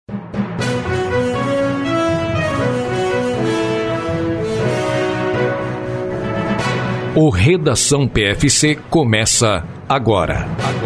O Redação PFC começa agora.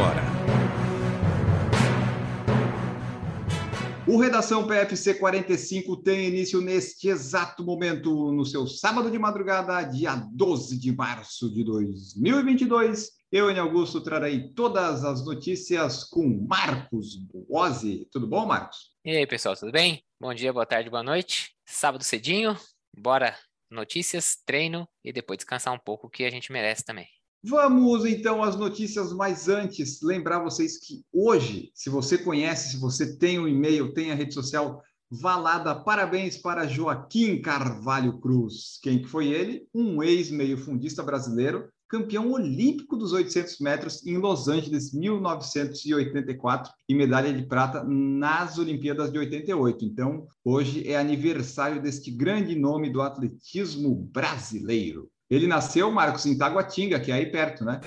O Redação PFC 45 tem início neste exato momento, no seu sábado de madrugada, dia 12 de março de 2022. Eu, Enio Augusto, trarei todas as notícias com Marcos Boazzi. Tudo bom, Marcos? E aí, pessoal, tudo bem? Bom dia, boa tarde, boa noite. Sábado cedinho, bora notícias, treino e depois descansar um pouco, que a gente merece também. Vamos, então, às notícias, mas antes, lembrar vocês que hoje, se você conhece, se você tem um e-mail, tem a rede social, vá lá dar parabéns para Joaquim Carvalho Cruz. Quem que foi ele? Um ex-meio-fundista brasileiro, campeão olímpico dos 800 metros em Los Angeles, 1984, e medalha de prata nas Olimpíadas de 88. Então, hoje é aniversário deste grande nome do atletismo brasileiro. Ele nasceu, Marcos, em Taguatinga, que é aí perto, né?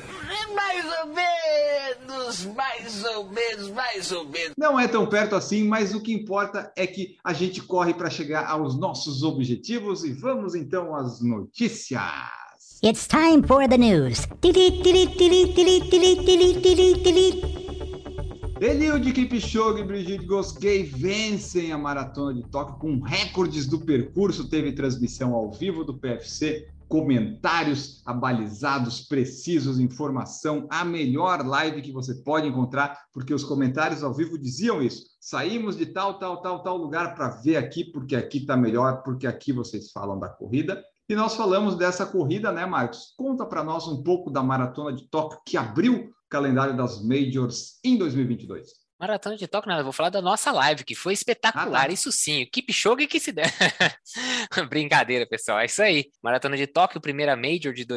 Mais ou menos. Não é tão perto assim, mas o que importa é que a gente corre para chegar aos nossos objetivos e vamos então às notícias. It's time for the news. Eliud Kipchoge e Brigid Kosgei vencem a Maratona de Tóquio com recordes do percurso. Teve transmissão ao vivo do PFC, comentários abalizados, precisos, informação, a melhor live que você pode encontrar, porque os comentários ao vivo diziam isso. Saímos de tal lugar para ver aqui, porque aqui está melhor, porque aqui vocês falam da corrida. E nós falamos dessa corrida, né, Marcos? Conta para nós um pouco da Maratona de Tóquio, que abriu o calendário das Majors em 2022. Maratona de Tóquio, nada, eu vou falar da nossa live, que foi espetacular, isso sim, o Kipchoge que se der. Brincadeira, pessoal, é isso aí. Maratona de Tóquio, primeira Major de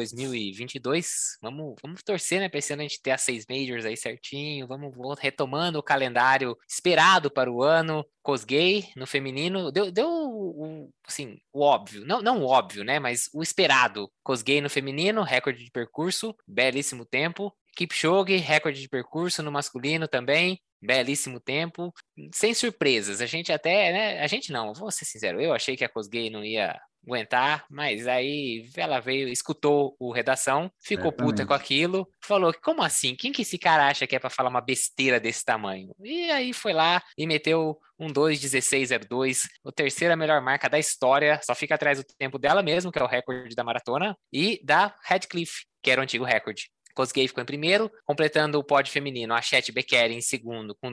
2022. Vamos torcer, né, pra esse ano a gente ter as 6 Majors aí certinho, vamos retomando o calendário esperado para o ano. Kosgei no feminino, deu assim, o óbvio, não o óbvio, né, mas o esperado. Kosgei no feminino, recorde de percurso, belíssimo tempo. Kipchoge, recorde de percurso no masculino também, belíssimo tempo, sem surpresas. A gente até, né, a gente não, vou ser sincero, eu achei que a Kosgei não ia aguentar, mas aí ela veio, escutou o Redação, ficou puta com aquilo, falou, como assim? Quem que esse cara acha que é pra falar uma besteira desse tamanho? E aí foi lá e meteu um 2:16:02, a terceira melhor marca da história, só fica atrás do tempo dela mesmo, que é o recorde da maratona, e da Radcliffe, que era o antigo recorde. Kosgei ficou em primeiro, completando o pódio feminino, a Chet Bekele em segundo com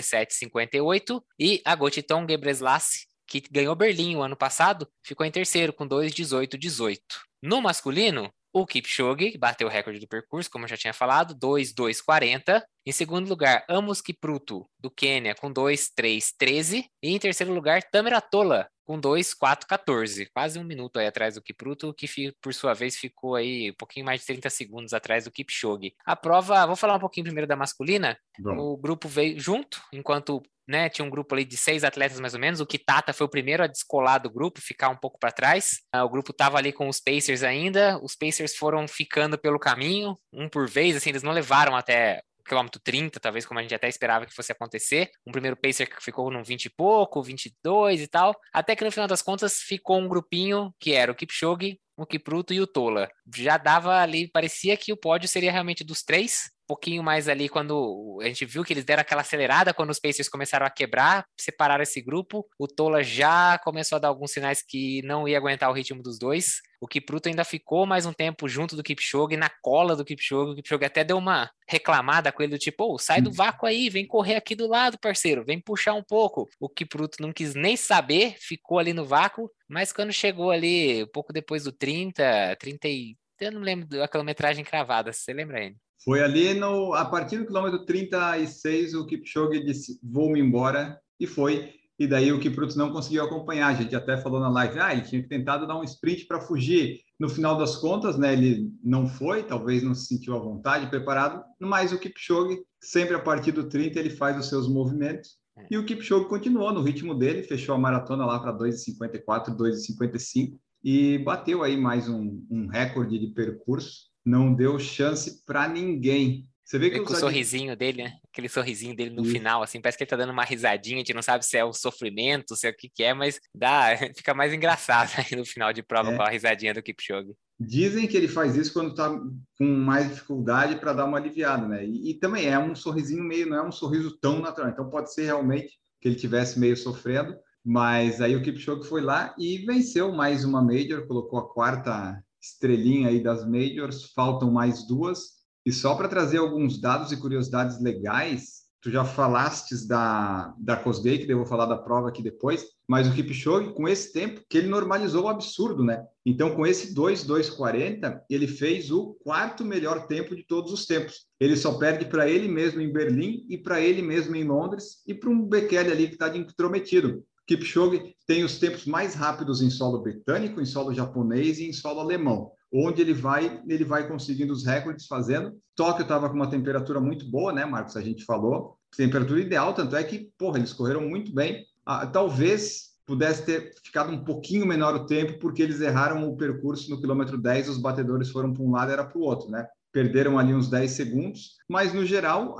2:17:58 e a Gotiton Ghebreslassie, que ganhou Berlim o ano passado, ficou em terceiro com 2:18:18. No masculino, o Kipchoge bateu o recorde do percurso, como eu já tinha falado, 2:2:40. Em segundo lugar, Amos Kipruto, do Quênia, com 2:3:13. E em terceiro lugar, Tamer Atola, com 2:4:14. Quase um minuto aí atrás do Kipruto, que por sua vez ficou aí um pouquinho mais de 30 segundos atrás do Kipchoge. A prova, vou falar um pouquinho primeiro da masculina. Bom. O grupo veio junto, enquanto... né, tinha um grupo ali de 6 atletas mais ou menos, o Kitata foi o primeiro a descolar do grupo, ficar um pouco para trás, o grupo estava ali com os Pacers ainda, os Pacers foram ficando pelo caminho, um por vez, assim, eles não levaram até o quilômetro 30, talvez como a gente até esperava que fosse acontecer, um primeiro Pacer que ficou num 20 e pouco, 22 e tal, até que no final das contas ficou um grupinho que era o Kipchoge, o Kipruto e o Tola, já dava ali, parecia que o pódio seria realmente dos 3, pouquinho mais ali quando a gente viu que eles deram aquela acelerada quando os Pacers começaram a quebrar, separaram esse grupo, o Tola já começou a dar alguns sinais que não ia aguentar o ritmo dos dois, o Kipruto ainda ficou mais um tempo junto do Kipchoge, na cola do Kipchoge, o Kipchoge até deu uma reclamada com ele do tipo, sai do vácuo aí, vem correr aqui do lado, parceiro, vem puxar um pouco, o Kipruto não quis nem saber, ficou ali no vácuo, mas quando chegou ali, pouco depois do 30 e... eu não lembro da quilometragem cravada, você lembra, aí? Foi ali, a partir do quilômetro 36, o Kipchoge disse, vou-me embora, e foi. E daí o Kipruto não conseguiu acompanhar. A gente até falou na live, ele tinha tentado dar um sprint para fugir. No final das contas, né, ele não foi, talvez não se sentiu à vontade, preparado, mas o Kipchoge, sempre a partir do 30, ele faz os seus movimentos. E o Kipchoge continuou no ritmo dele, fechou a maratona lá para 2:54, 2:55, e bateu aí mais um recorde de percurso. Não deu chance para ninguém. Você vê que com o sorrisinho dele, né? aquele sorrisinho dele no final, assim, parece que ele tá dando uma risadinha, a gente não sabe se é o sofrimento, se é o que é, mas fica mais engraçado aí no final de prova com a risadinha do Kipchoge. Dizem que ele faz isso quando está com mais dificuldade para dar uma aliviada, né? E também é um sorrisinho meio, não é um sorriso tão natural. Então pode ser realmente que ele tivesse meio sofrendo, mas aí o Kipchoge foi lá e venceu mais uma Major, colocou a 4ª estrelinha aí das Majors, faltam mais 2. E só para trazer alguns dados e curiosidades legais, tu já falastes da Kosgei, que eu vou falar da prova aqui depois, mas o Kipchoge, com esse tempo, que ele normalizou o absurdo, né? Então, com esse 2:2:40, ele fez o 4º melhor tempo de todos os tempos. Ele só perde para ele mesmo em Berlim e para ele mesmo em Londres e para um Bekele ali que está de intrometido. Kipchoge tem os tempos mais rápidos em solo britânico, em solo japonês e em solo alemão, onde ele vai conseguindo os recordes fazendo. Tóquio estava com uma temperatura muito boa, né, Marcos? A gente falou. Temperatura ideal, tanto é que, eles correram muito bem. Talvez pudesse ter ficado um pouquinho menor o tempo, porque eles erraram o percurso no quilômetro 10, os batedores foram para um lado e era para o outro, né? Perderam ali uns 10 segundos, mas no geral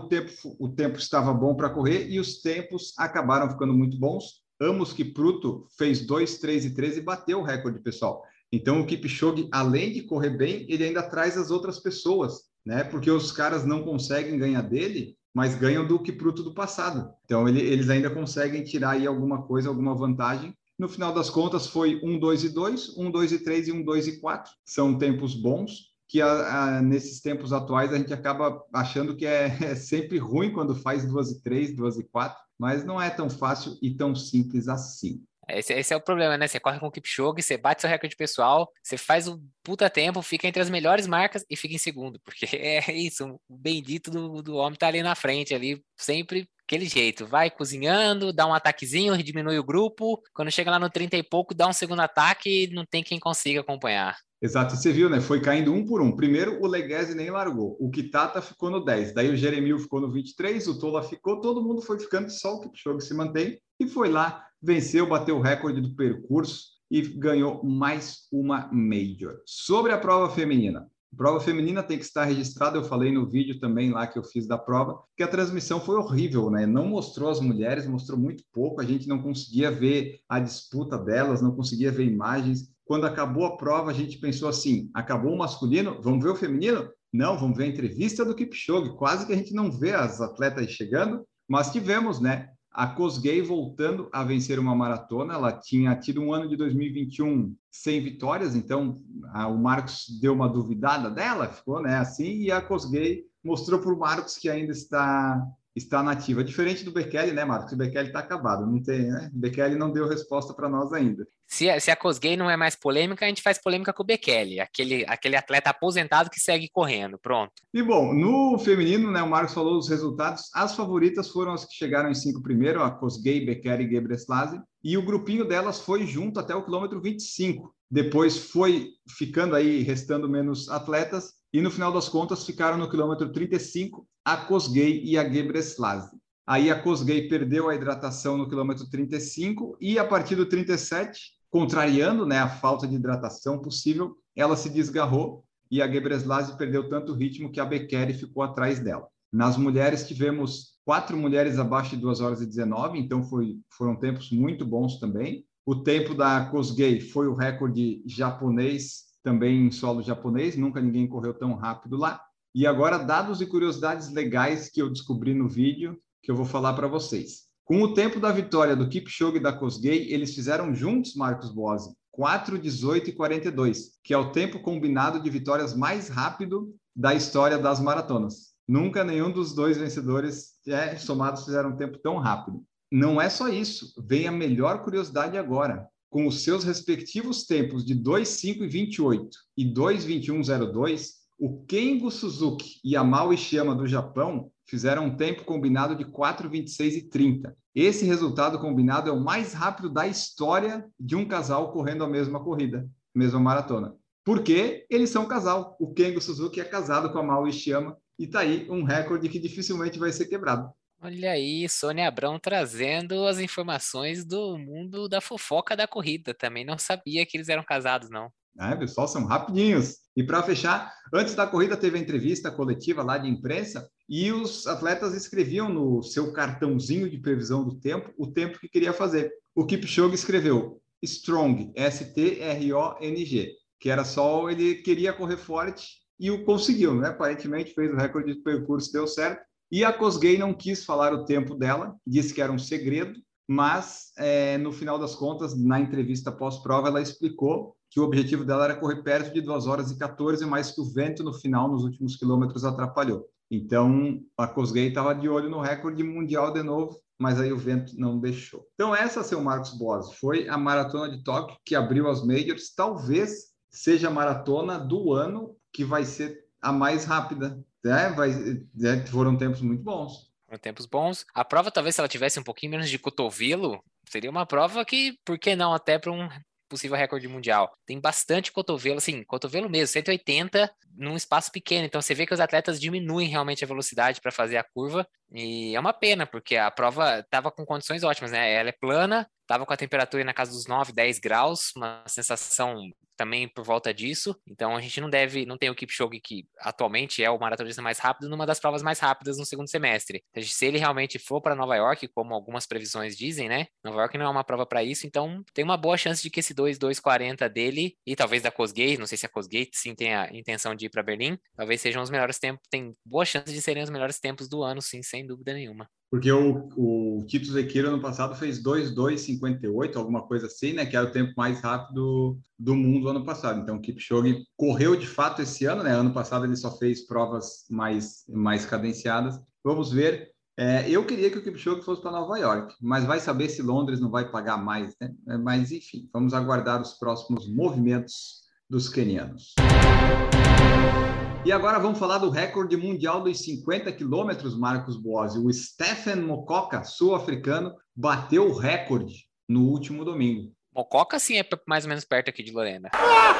o tempo estava bom para correr e os tempos acabaram ficando muito bons. Amos Kipruto fez 2:3:13 e bateu o recorde, pessoal. Então o Kipchoge, além de correr bem, ele ainda traz as outras pessoas, né? Porque os caras não conseguem ganhar dele, mas ganham do Kipruto do passado. Então eles ainda conseguem tirar aí alguma coisa, alguma vantagem. No final das contas foi 1:2:2, 1:2:3 e 1:2:4. São tempos bons, que nesses tempos atuais a gente acaba achando que é sempre ruim quando faz 2:3, 2:4, mas não é tão fácil e tão simples assim. Esse é o problema, né? Você corre com o Kipchoge, você bate seu recorde pessoal, você faz um puta tempo, fica entre as melhores marcas e fica em segundo, porque é isso, o bendito do homem tá ali na frente, ali, sempre aquele jeito, vai cozinhando, dá um ataquezinho, diminui o grupo, quando chega lá no 30 e pouco, dá um segundo ataque e não tem quem consiga acompanhar. Exato, você viu, né? Foi caindo um por um. Primeiro, o Leghese nem largou. O Kitata ficou no 10. Daí o Jeremil ficou no 23, o Tola ficou, todo mundo foi ficando, só o Kipchoge se mantém e foi lá, venceu, bateu o recorde do percurso e ganhou mais uma Major. Sobre a prova feminina. A prova feminina tem que estar registrada, eu falei no vídeo também lá que eu fiz da prova, que a transmissão foi horrível, né? Não mostrou as mulheres, mostrou muito pouco, a gente não conseguia ver a disputa delas, não conseguia ver imagens. Quando acabou a prova, a gente pensou assim, acabou o masculino, vamos ver o feminino? Não, vamos ver a entrevista do Kipchoge, quase que a gente não vê as atletas chegando, mas tivemos, né? A Kosgei voltando a vencer uma maratona, ela tinha tido um ano de 2021 sem vitórias, então o Marcos deu uma duvidada dela, ficou, né, assim, e a Kosgei mostrou para o Marcos que ainda está nativa, diferente do Bekele, né, Marcos? O Bekele está acabado, não tem, né? O Bekele não deu resposta para nós ainda. Se a Kosgei não é mais polêmica, a gente faz polêmica com o Bekele, aquele atleta aposentado que segue correndo, pronto. E bom, no feminino, né, o Marcos falou os resultados, as favoritas foram as que chegaram em 5 primeiro, a Kosgei, Bekele e Ghebreslassie, e o grupinho delas foi junto até o quilômetro 25. Depois foi ficando aí, restando menos atletas, e no final das contas ficaram no quilômetro 35 a Kosgei e a Ghebreslassie. Aí a Kosgei perdeu a hidratação no quilômetro 35 e a partir do 37, contrariando, né, a falta de hidratação possível, ela se desgarrou e a Ghebreslassie perdeu tanto ritmo que a Bekele ficou atrás dela. Nas mulheres tivemos 4 mulheres abaixo de 2:19, então foram tempos muito bons também. O tempo da Kosgei foi o recorde japonês, também em solo japonês, nunca ninguém correu tão rápido lá. E agora, dados e curiosidades legais que eu descobri no vídeo, que eu vou falar para vocês. Com o tempo da vitória do Kipchoge e da Kosgei, eles fizeram juntos, Marcos Bozzi, 4:18:42, que é o tempo combinado de vitórias mais rápido da história das maratonas. Nunca nenhum dos dois vencedores somados fizeram um tempo tão rápido. Não é só isso, vem a melhor curiosidade agora. Com os seus respectivos tempos de 2:5:28 e 2:21:02, o Kengo Suzuki e a Mao Ishiyama do Japão fizeram um tempo combinado de 4:26:30. Esse resultado combinado é o mais rápido da história de um casal correndo a mesma corrida, mesma maratona. Porque eles são um casal. O Kengo Suzuki é casado com a Mao Ishiyama e está aí um recorde que dificilmente vai ser quebrado. Olha aí, Sônia Abrão trazendo as informações do mundo da fofoca da corrida. Também não sabia que eles eram casados, não. Pessoal, são rapidinhos. E para fechar, antes da corrida teve a entrevista coletiva lá de imprensa e os atletas escreviam no seu cartãozinho de previsão do tempo o tempo que queria fazer. O Kipchoge escreveu Strong, S-T-R-O-N-G, que era só ele queria correr forte e o conseguiu, né? Aparentemente fez o recorde de percurso, deu certo. E a Kosgei não quis falar o tempo dela, disse que era um segredo, mas no final das contas, na entrevista pós-prova, ela explicou que o objetivo dela era correr perto de 2 horas e 14, mas que o vento no final, nos últimos quilômetros, atrapalhou. Então, a Kosgei estava de olho no recorde mundial de novo, mas aí o vento não deixou. Então, essa, seu Marcos Boas, foi a Maratona de Tóquio, que abriu as Majors. Talvez seja a maratona do ano que vai ser a mais rápida. Foram tempos muito bons. Foram tempos bons. A prova, talvez, se ela tivesse um pouquinho menos de cotovelo, seria uma prova que, por que não, até para um possível recorde mundial. Tem bastante cotovelo, assim, cotovelo mesmo, 180 num espaço pequeno. Então você vê que os atletas diminuem realmente a velocidade para fazer a curva. E é uma pena, porque a prova estava com condições ótimas, né? Ela é plana, estava com a temperatura na casa dos 9, 10 graus, uma sensação também por volta disso. Então a gente não tem o Kipchoge, que atualmente é o maratonista mais rápido, numa das provas mais rápidas no segundo semestre. Então, se ele realmente for para Nova York, como algumas previsões dizem, né? Nova York não é uma prova para isso, então tem uma boa chance de que esse 2:40 dele, e talvez da Kosgei, não sei se a Kosgei sim tem a intenção de ir para Berlim, talvez sejam os melhores tempos, tem boa chance de serem os melhores tempos do ano, sim, sem dúvida nenhuma. Porque o Tito Zequeiro ano passado fez 2:58, alguma coisa assim, né? Que era o tempo mais rápido do mundo ano passado. Então, o Kipchoge correu de fato esse ano, né? Ano passado ele só fez provas mais cadenciadas. Vamos ver. Eu queria que o Kipchoge fosse para Nova York, mas vai saber se Londres não vai pagar mais, né? Mas, enfim, vamos aguardar os próximos movimentos dos quenianos. E agora vamos falar do recorde mundial dos 50 quilômetros, Marcos Boas. O Stephen Mokoka, sul-africano, bateu o recorde no último domingo. Mococa, sim, é mais ou menos perto aqui de Lorena.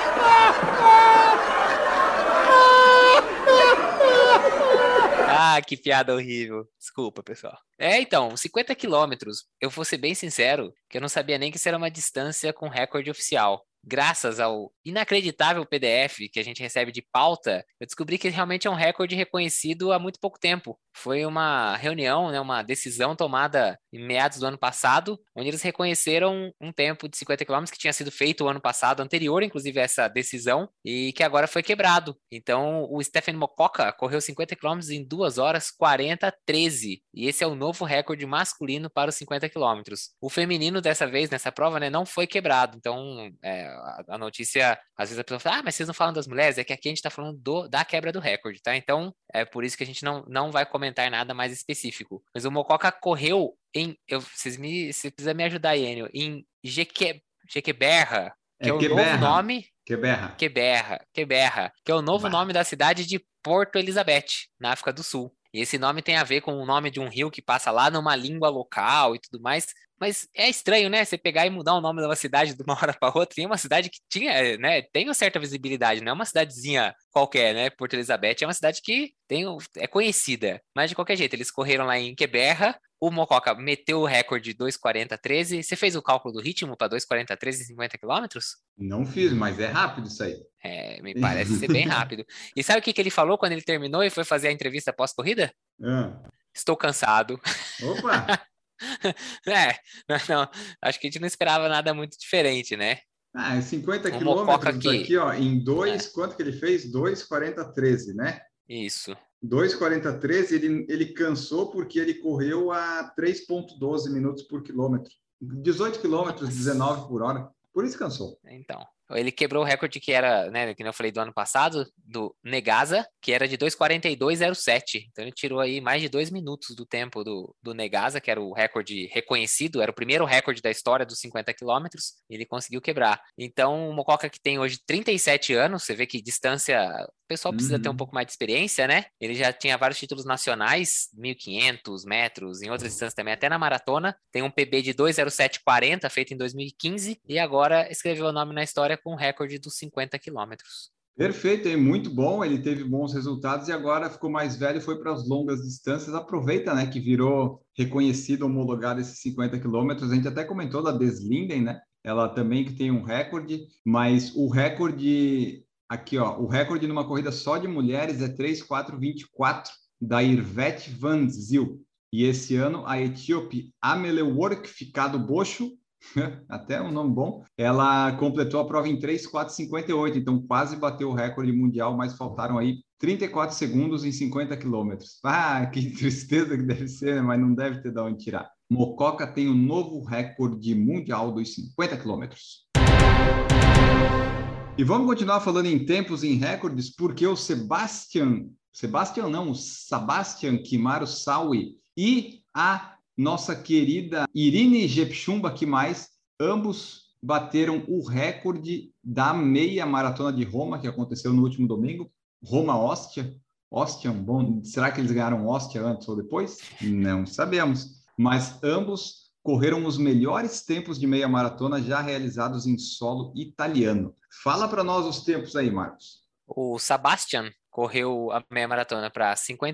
Ah, que piada horrível. Desculpa, pessoal. Então, 50 quilômetros. Eu vou ser bem sincero, que eu não sabia nem que isso era uma distância com recorde oficial. Graças ao inacreditável PDF que a gente recebe de pauta, eu descobri que realmente é um recorde reconhecido há muito pouco tempo. Foi uma reunião, né, uma decisão tomada em meados do ano passado, onde eles reconheceram um tempo de 50 km que tinha sido feito o ano passado, anterior, inclusive, a essa decisão, e que agora foi quebrado. Então, o Stephen Mokoka correu 50 km em 2:40:13, e esse é o novo recorde masculino para os 50 km. O feminino, dessa vez, nessa prova, né, não foi quebrado. Então, a notícia, às vezes a pessoa fala, mas vocês não falam das mulheres, é que aqui a gente está falando da quebra do recorde, tá? Então, é por isso que a gente não vai comentar nada mais específico. Mas o Mokoka correu você precisa me ajudar, Enio, em Jequeberra, que é o novo nome... Queberra, que é o novo nome da cidade de Porto Elizabeth, na África do Sul. E esse nome tem a ver com o nome de um rio que passa lá numa língua local e tudo mais. Mas é estranho, né? Você pegar e mudar o nome de uma cidade de uma hora para outra. E é uma cidade que tem uma certa visibilidade, não é uma cidadezinha qualquer, né? Porto Elizabeth é uma cidade que é conhecida. Mas de qualquer jeito, eles correram lá em Queberra. O Mokoka meteu o recorde de 2:40:13. Você fez o cálculo do ritmo para 2:40:13 em 50 km? Não fiz, mas é rápido isso aí. Me parece ser bem rápido. E sabe o que ele falou quando ele terminou e foi fazer a entrevista pós-corrida? Estou cansado. Opa! Não, acho que a gente não esperava nada muito diferente, né? 50 quilômetros daqui, ó, em quanto que ele fez? 2:40:13, né? Isso. 2:40:13, ele cansou porque ele correu a 3,12 minutos por quilômetro. 18 quilômetros, 19 por hora. Por isso cansou. Então, ele quebrou o recorde que era, né, que eu falei do ano passado, do Negasa, que era de 2:42:07. Então ele tirou aí mais de 2 minutos do tempo do Negasa, que era o recorde reconhecido, era o primeiro recorde da história dos 50 quilômetros, e ele conseguiu quebrar. Então o Mokoka, que tem hoje 37 anos, você vê que distância... O pessoal precisa ter um pouco mais de experiência, né? Ele já tinha vários títulos nacionais, 1.500 metros, em outras distâncias também, até na maratona. Tem um PB de 2:07:40, feito em 2015, e agora escreveu o nome na história com o recorde dos 50 quilômetros. Perfeito, muito bom, ele teve bons resultados e agora ficou mais velho e foi para as longas distâncias. Aproveita, né, que virou reconhecido, homologado esses 50 quilômetros. A gente até comentou da Deslinden, né? Ela também que tem um recorde, mas o recorde... Aqui, ó, o recorde numa corrida só de mulheres é 3:4:24. da Irvet Van Zyl. E esse ano, a etíope Amelework Ficado Bocho, até um nome bom, ela completou a prova em 3:4:58, então quase bateu o recorde mundial, mas faltaram aí 34 segundos em 50 quilômetros. Ah, que tristeza que deve ser, né? Mas não deve ter de onde tirar. Mococa tem um novo recorde mundial dos 50 quilômetros. E vamos continuar falando em tempos e em recordes, porque o Sebastian Kimaro Sawi e a nossa querida Irine Jepchumba Kemais, ambos bateram o recorde da meia maratona de Roma, que aconteceu no último domingo. Roma-Ostia. Ostia, bom, será que eles ganharam Ostia antes ou depois? Não sabemos. Mas ambos correram os melhores tempos de meia maratona já realizados em solo italiano. Fala para nós os tempos aí, Marcos. O Sebastian correu a meia maratona para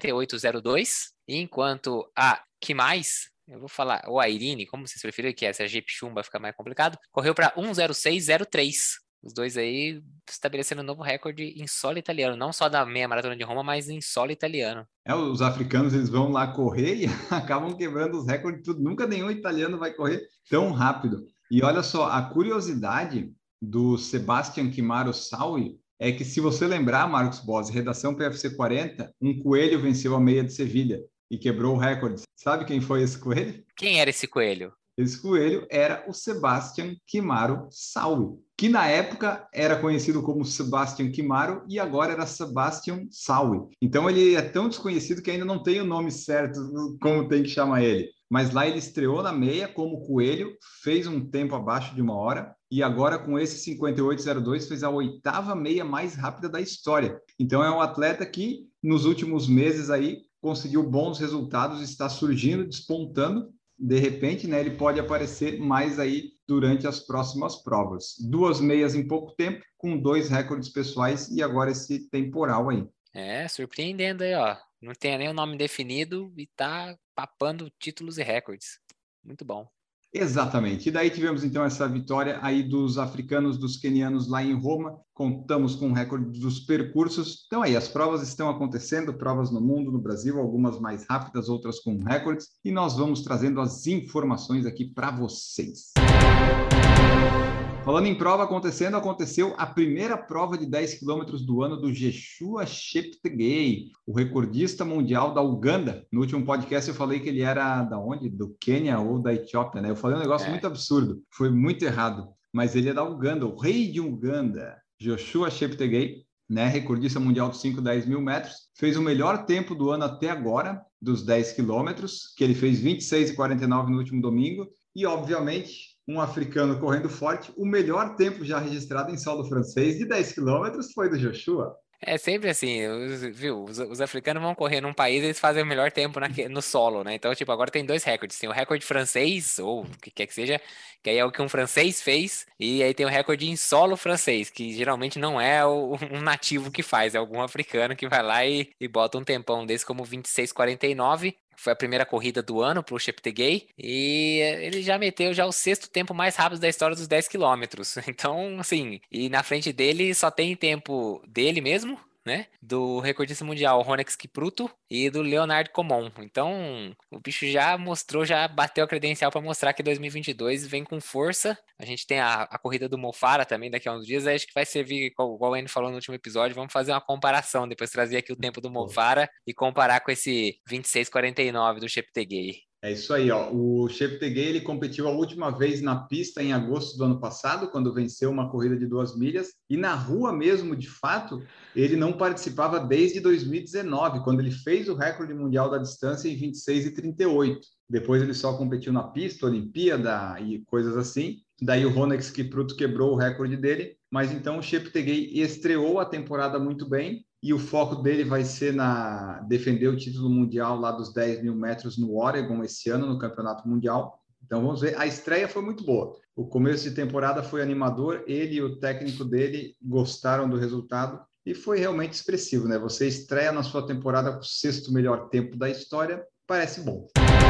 58:02, enquanto a Kemais, eu vou falar, ou a Irine, como vocês preferirem, que essa Jepchumba fica mais complicado, correu para 1:06:03. Os dois aí estabelecendo um novo recorde em solo italiano, não só da meia maratona de Roma, mas em solo italiano. Os africanos, eles vão lá correr e acabam quebrando os recordes de tudo. Nunca nenhum italiano vai correr tão rápido. E olha só, a curiosidade do Sebastian Kimaro Sawi é que, se você lembrar, Marcos Bossi, redação PFC 40, um coelho venceu a meia de Sevilha e quebrou o recorde. Sabe quem foi esse coelho? Quem era esse coelho? Esse coelho era o Sebastian Kimaro Sawi, que na época era conhecido como Sebastian Kimaro e agora era Sebastian Sawi. Então ele é tão desconhecido que ainda não tem o nome certo como tem que chamar ele. Mas lá ele estreou na meia como coelho, fez um tempo abaixo de 1 hora e agora com esse 58:02 fez a 8ª meia mais rápida da história. Então é um atleta que nos últimos meses aí conseguiu bons resultados, está surgindo, despontando. De repente, né, ele pode aparecer mais aí durante as próximas provas. 2 meias em pouco tempo, com 2 recordes pessoais e agora esse temporal aí. Surpreendendo aí, ó. Não tem nem o nome definido e tá papando títulos e recordes. Muito bom. Exatamente. E daí tivemos então essa vitória aí dos africanos, dos quenianos lá em Roma. Contamos com o recorde dos percursos. Então aí, as provas estão acontecendo, provas no mundo, no Brasil, algumas mais rápidas, outras com recordes. E nós vamos trazendo as informações aqui para vocês. Falando em prova aconteceu a primeira prova de 10 quilômetros do ano do Joshua Cheptegei, o recordista mundial da Uganda. No último podcast eu falei que ele era da onde? Do Quênia ou da Etiópia, né? Eu falei um negócio muito absurdo, foi muito errado, mas ele é da Uganda, o rei de Uganda, Joshua Cheptegei, né? Recordista mundial dos 5 e 10 mil metros, fez o melhor tempo do ano até agora, dos 10 quilômetros, que ele fez 26:49 no último domingo, e obviamente um africano correndo forte, o melhor tempo já registrado em solo francês de 10 quilômetros foi do Joshua. É sempre assim, viu? Os africanos vão correr num país, eles fazem o melhor tempo no solo, né? Então, tipo, agora tem 2 recordes. Tem o recorde francês, ou o que quer que seja, que aí é o que um francês fez, e aí tem o recorde em solo francês, que geralmente não é um nativo que faz, é algum africano que vai lá e bota um tempão desse como 26:49. Foi a primeira corrida do ano pro Cheptegei e ele já meteu o 6º tempo mais rápido da história dos 10 quilômetros. Então, assim, e na frente dele só tem tempo dele mesmo, né? Do recordista mundial Ronex Kipruto e do Leonard Comon. Então, o bicho já mostrou, já bateu a credencial para mostrar que 2022 vem com força. A gente tem a corrida do Mo Farah também daqui a uns dias. Acho que vai servir, igual o Andy falou no último episódio, vamos fazer uma comparação. Depois trazer aqui o tempo do Mo Farah e comparar com esse 26:49 do Cheptegei. É isso aí, ó. O Cheptegei, ele competiu a última vez na pista em agosto do ano passado, quando venceu uma corrida de 2 milhas, e na rua mesmo, de fato, ele não participava desde 2019, quando ele fez o recorde mundial da distância em 26:38. Depois ele só competiu na pista, Olimpíada e coisas assim. Daí o Ronex Kipruto quebrou o recorde dele, mas então o Cheptegei estreou a temporada muito bem, e o foco dele vai ser defender o título mundial lá dos 10 mil metros no Oregon esse ano, no Campeonato Mundial. Então vamos ver, a estreia foi muito boa. O começo de temporada foi animador, ele e o técnico dele gostaram do resultado e foi realmente expressivo, né? Você estreia na sua temporada com o 6º melhor tempo da história, parece bom.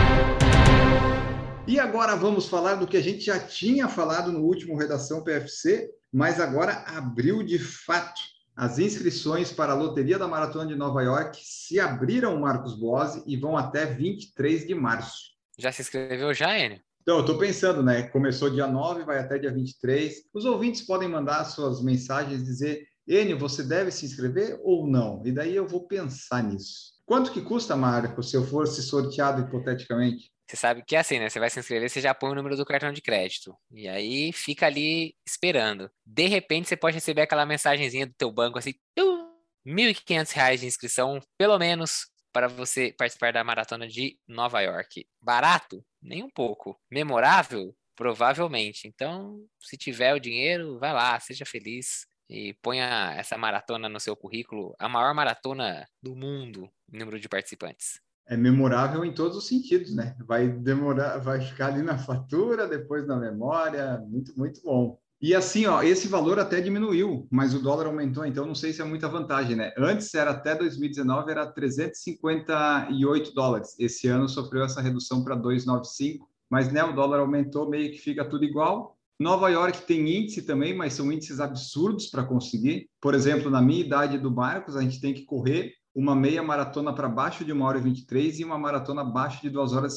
E agora vamos falar do que a gente já tinha falado no último Redação PFC, mas agora abriu de fato. As inscrições para a Loteria da Maratona de Nova York se abriram, Marcos Bosi, e vão até 23 de março. Já se inscreveu já, Enio? Então, eu estou pensando, né? Começou dia 9, vai até dia 23. Os ouvintes podem mandar suas mensagens e dizer: Enio, você deve se inscrever ou não? E daí eu vou pensar nisso. Quanto que custa, Marco, se eu fosse sorteado hipoteticamente? Você sabe que é assim, né? Você vai se inscrever, você já põe o número do cartão de crédito. E aí fica ali esperando. De repente, você pode receber aquela mensagenzinha do teu banco assim, R$ 1.500 de inscrição, pelo menos, para você participar da Maratona de Nova York. Barato? Nem um pouco. Memorável? Provavelmente. Então, se tiver o dinheiro, vai lá, seja feliz e ponha essa maratona no seu currículo, a maior maratona do mundo em número de participantes. É memorável em todos os sentidos, né? Vai demorar, vai ficar ali na fatura, depois na memória, muito, muito bom. E assim, ó, esse valor até diminuiu, mas o dólar aumentou, então não sei se é muita vantagem, né? Antes era até 2019 era US$ 358. Esse ano sofreu essa redução para 295, mas né, o dólar aumentou, meio que fica tudo igual. Nova York tem índice também, mas são índices absurdos para conseguir. Por exemplo, na minha idade do Marcos, a gente tem que correr uma meia maratona para baixo de 1h23 e uma maratona abaixo de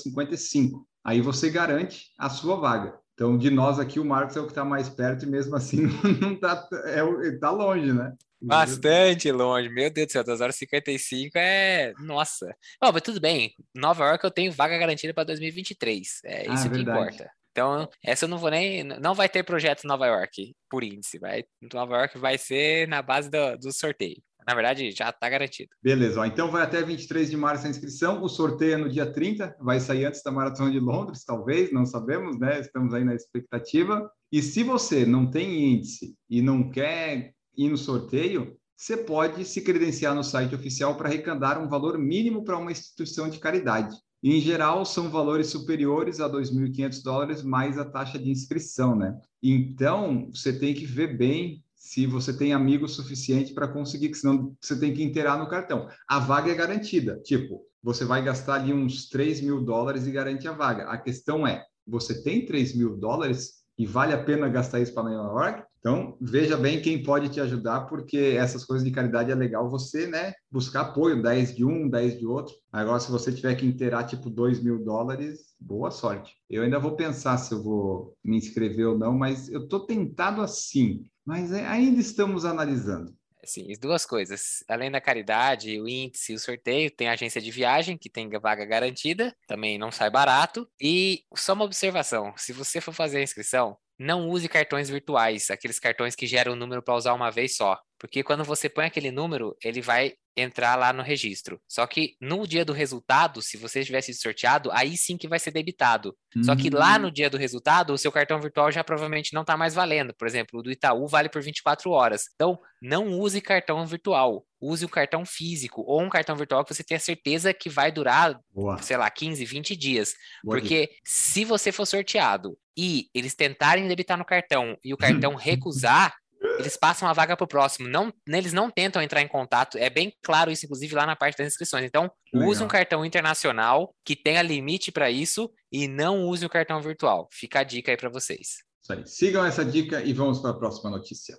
2h55. Aí você garante a sua vaga. Então, de nós aqui, o Marcos é o que está mais perto e mesmo assim não está tá longe, né? Bastante longe, meu Deus do céu, 2h55 é. Nossa. Ó, mas tudo bem, Nova York eu tenho vaga garantida para 2023, é isso que Verdade. importa. Então, essa eu não vou nem. Não vai ter projeto Nova York por índice, Nova York vai ser na base do sorteio. Na verdade, já está garantido. Beleza, ó, então vai até 23 de março a inscrição, o sorteio é no dia 30, vai sair antes da Maratona de Londres, talvez, não sabemos, né? Estamos aí na expectativa. E se você não tem índice e não quer ir no sorteio, você pode se credenciar no site oficial para arrecadar um valor mínimo para uma instituição de caridade. E, em geral, são valores superiores a US$ 2.500 mais a taxa de inscrição, né? Então, você tem que ver bem se você tem amigos suficiente para conseguir, que senão você tem que inteirar no cartão. A vaga é garantida, tipo, você vai gastar ali uns US$ 3.000 e garante a vaga. A questão é, você tem US$ 3.000 e vale a pena gastar isso para Nova York? Então, veja bem quem pode te ajudar, porque essas coisas de caridade é legal você, né, buscar apoio, 10 de um, 10 de outro. Agora, se você tiver que inteirar, tipo, $2.000, boa sorte. Eu ainda vou pensar se eu vou me inscrever ou não, mas eu estou tentado assim. Mas ainda estamos analisando. Sim, as duas coisas. Além da caridade, o índice e o sorteio, tem a agência de viagem, que tem vaga garantida, também não sai barato. E só uma observação: se você for fazer a inscrição, não use cartões virtuais, aqueles cartões que geram o número para usar uma vez só. Porque quando você põe aquele número, ele vai entrar lá no registro. Só que no dia do resultado, se você tivesse sorteado, aí sim que vai ser debitado. Só que lá no dia do resultado, o seu cartão virtual já provavelmente não está mais valendo. Por exemplo, o do Itaú vale por 24 horas. Então, não use cartão virtual. Use um cartão físico ou um cartão virtual que você tenha certeza que vai durar, sei lá, 15, 20 dias. Porque se você for sorteado e eles tentarem debitar no cartão e o cartão recusar, eles passam a vaga para o próximo. Eles não tentam entrar em contato. É bem claro isso, inclusive, lá na parte das inscrições. Então, use um cartão internacional que tenha limite para isso e não use o cartão virtual. Fica a dica aí para vocês. Isso aí. Sigam essa dica e vamos para a próxima notícia.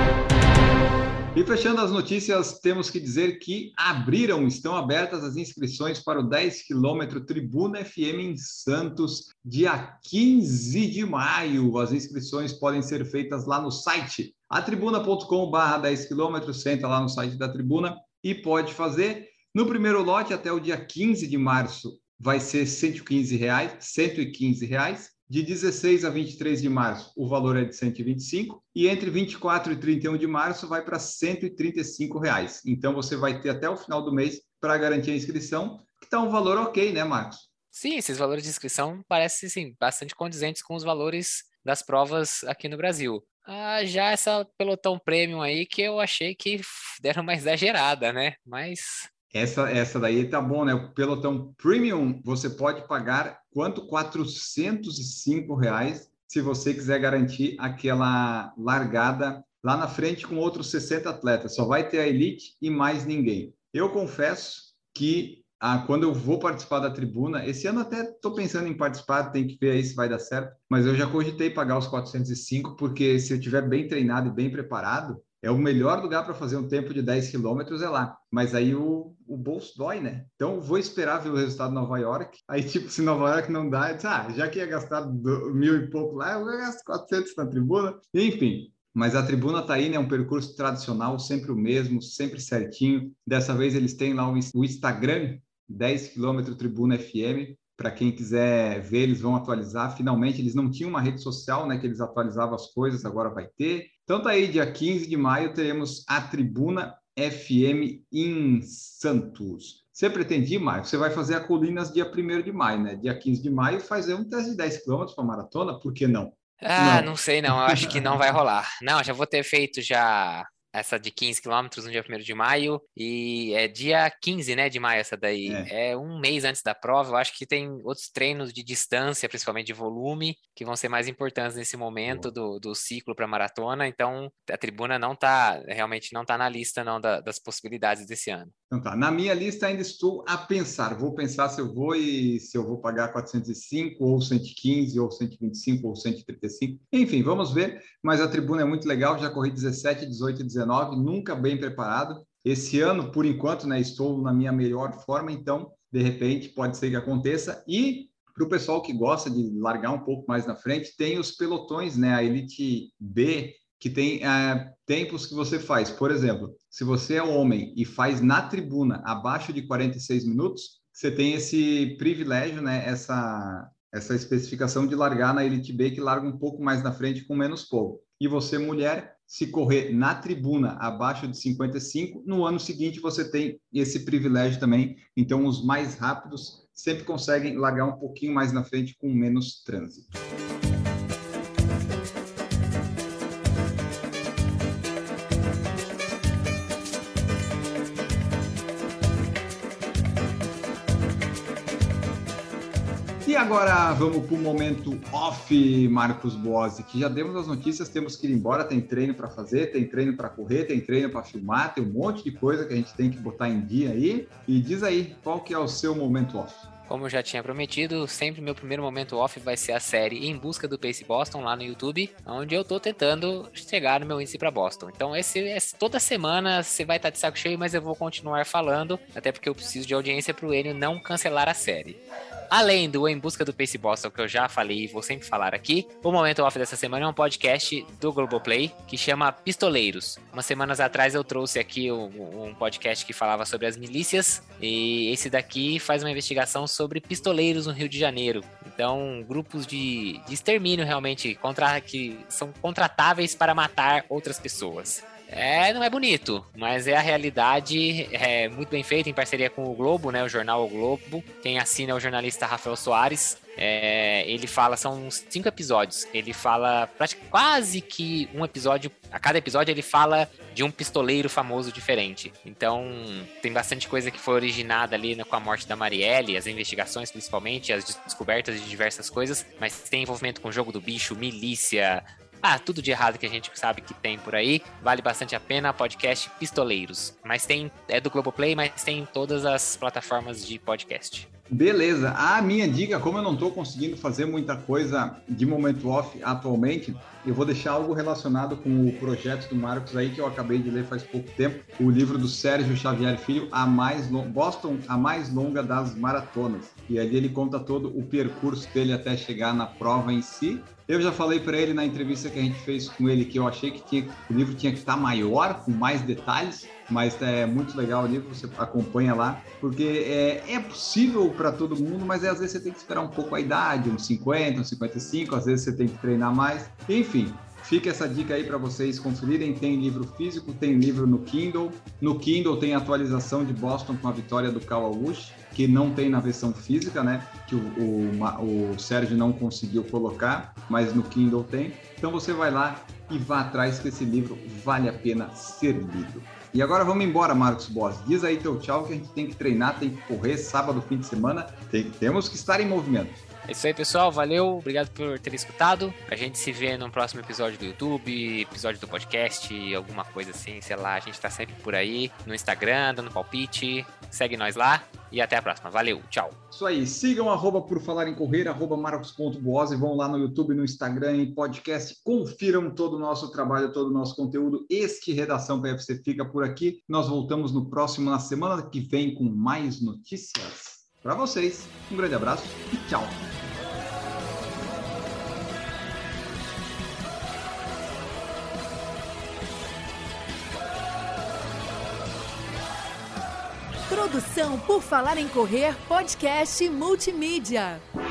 E fechando as notícias, temos que dizer que estão abertas as inscrições para o 10 km Tribuna FM em Santos, dia 15 de maio. As inscrições podem ser feitas lá no site atribuna.com/10 km, senta lá no site da Tribuna e pode fazer. No primeiro lote, até o dia 15 de março, vai ser R$115. De 16 a 23 de março, o valor é de 125, e entre 24 e 31 de março vai para R$135. Então, você vai ter até o final do mês para garantir a inscrição, que está um valor ok, né, Marcos? Sim, esses valores de inscrição parecem, sim, bastante condizentes com os valores das provas aqui no Brasil. Já essa pelotão premium aí que eu achei que deram uma exagerada, né? Mas... Essa daí tá bom, né? O pelotão premium, você pode pagar quanto? R$405 se você quiser garantir aquela largada lá na frente com outros 60 atletas. Só vai ter a elite e mais ninguém. Eu confesso que quando eu vou participar da Tribuna, esse ano até estou pensando em participar, tem que ver aí se vai dar certo, mas eu já cogitei pagar os 405, porque se eu estiver bem treinado e bem preparado, É o melhor lugar para fazer um tempo de 10 quilômetros é lá. Mas aí o bolso dói, né? Então, vou esperar ver o resultado em Nova York. Aí, tipo, se Nova York não dá, eu disse, já que ia gastar 1.000 e pouco lá, eu vou gastar 400 na tribuna. Enfim, mas a tribuna tá aí, né? Um percurso tradicional, sempre o mesmo, sempre certinho. Dessa vez eles têm lá o Instagram, 10 km Tribuna FM. Para quem quiser ver, eles vão atualizar. Finalmente, eles não tinham uma rede social, né? Que eles atualizavam as coisas, agora vai ter. Então tá aí, dia 15 de maio, teremos a Tribuna FM em Santos. Você pretende ir, Maio? Você vai fazer a Colinas dia 1º de maio, né? Dia 15 de maio, fazer um teste de 10 km para maratona, por que não? Não sei não, eu acho que não vai rolar. Não, já vou ter feito já essa de 15 quilômetros no dia 1º de maio, e é dia 15, né, de maio essa daí. É um mês antes da prova. Eu acho que tem outros treinos de distância, principalmente de volume, que vão ser mais importantes nesse momento do ciclo para maratona. Então, a tribuna realmente não tá na lista não das possibilidades desse ano. Então tá, na minha lista ainda estou a pensar. Vou pensar se eu vou pagar 405, ou 115, ou 125, ou 135. Enfim, vamos ver. Mas a tribuna é muito legal. Já corri 17, 18 e 19, nunca bem preparado. Esse ano, por enquanto, né, estou na minha melhor forma. Então, de repente, pode ser que aconteça. E para o pessoal que gosta de largar um pouco mais na frente, tem os pelotões, né? A Elite B, que tem tempos que você faz. Por exemplo, se você é homem e faz na tribuna abaixo de 46 minutos, você tem esse privilégio, né? Essa especificação de largar na Elite B, que larga um pouco mais na frente com menos fogo. E você, mulher, se correr na tribuna abaixo de 55, no ano seguinte você tem esse privilégio também. Então, os mais rápidos sempre conseguem largar um pouquinho mais na frente com menos trânsito. E agora vamos para o momento off, Marcos Bossi, que já demos as notícias, temos que ir embora, tem treino para fazer, tem treino para correr, tem treino para filmar, tem um monte de coisa que a gente tem que botar em dia aí. E diz aí, qual que é o seu momento off? Como eu já tinha prometido, sempre meu primeiro momento off vai ser a série Em Busca do Pace Boston lá no YouTube, onde eu tô tentando chegar no meu índice para Boston. Então toda semana você vai estar de saco cheio, mas eu vou continuar falando, até porque eu preciso de audiência para o Enio não cancelar a série. Além do Em Busca do Pace Boston, que eu já falei e vou sempre falar aqui, o momento off dessa semana é um podcast do Globoplay que chama Pistoleiros. Umas semanas atrás eu trouxe aqui um podcast que falava sobre as milícias, e esse daqui faz uma investigação sobre pistoleiros no Rio de Janeiro. Então, grupos de extermínio realmente, que são contratáveis para matar outras pessoas. Não é bonito, mas é a realidade, é muito bem feito, em parceria com o Globo, né, o jornal O Globo. Quem assina é o jornalista Rafael Soares. Ele fala, são uns 5 episódios, ele fala quase que um episódio, a cada episódio ele fala de um pistoleiro famoso diferente. Então tem bastante coisa que foi originada ali com a morte da Marielle, as investigações principalmente, as descobertas de diversas coisas, mas tem envolvimento com o jogo do bicho, milícia, tudo de errado que a gente sabe que tem por aí. Vale bastante a pena, podcast Pistoleiros. Mas é do Globoplay, mas tem em todas as plataformas de podcast. Beleza. A minha dica, como eu não estou conseguindo fazer muita coisa de momento off atualmente, eu vou deixar algo relacionado com o projeto do Marcos aí, que eu acabei de ler faz pouco tempo, o livro do Sérgio Xavier Filho, Boston, a mais longa das maratonas. E ali ele conta todo o percurso dele até chegar na prova em si. Eu já falei para ele na entrevista que a gente fez com ele que eu achei que o livro tinha que estar maior, com mais detalhes, mas é muito legal o livro, você acompanha lá, porque é possível para todo mundo, mas às vezes você tem que esperar um pouco a idade, uns 50, uns 55, às vezes você tem que treinar mais, enfim. Fica essa dica aí para vocês conferirem. Tem livro físico, tem livro no Kindle. No Kindle tem atualização de Boston com a vitória do Kawauchi, que não tem na versão física, né? Que o Sérgio não conseguiu colocar, mas no Kindle tem. Então você vai lá e vá atrás, que esse livro vale a pena ser lido. E agora vamos embora, Marcos Bossi. Diz aí teu tchau, que a gente tem que treinar, tem que correr sábado, fim de semana. Temos que estar em movimento. É isso aí, pessoal. Valeu. Obrigado por ter escutado. A gente se vê no próximo episódio do YouTube, episódio do podcast, alguma coisa assim, sei lá. A gente tá sempre por aí, no Instagram, dando palpite. Segue nós lá e até a próxima. Valeu, tchau. Isso aí, sigam @por falar em correr, @marcos.boas, e vão lá no YouTube, no Instagram e podcast, confiram todo o nosso trabalho, todo o nosso conteúdo. Este Redação PFC fica por aqui. Nós voltamos no próximo, na semana que vem, com mais notícias para vocês. Um grande abraço e tchau. Produção Por Falar em Correr, podcast multimídia.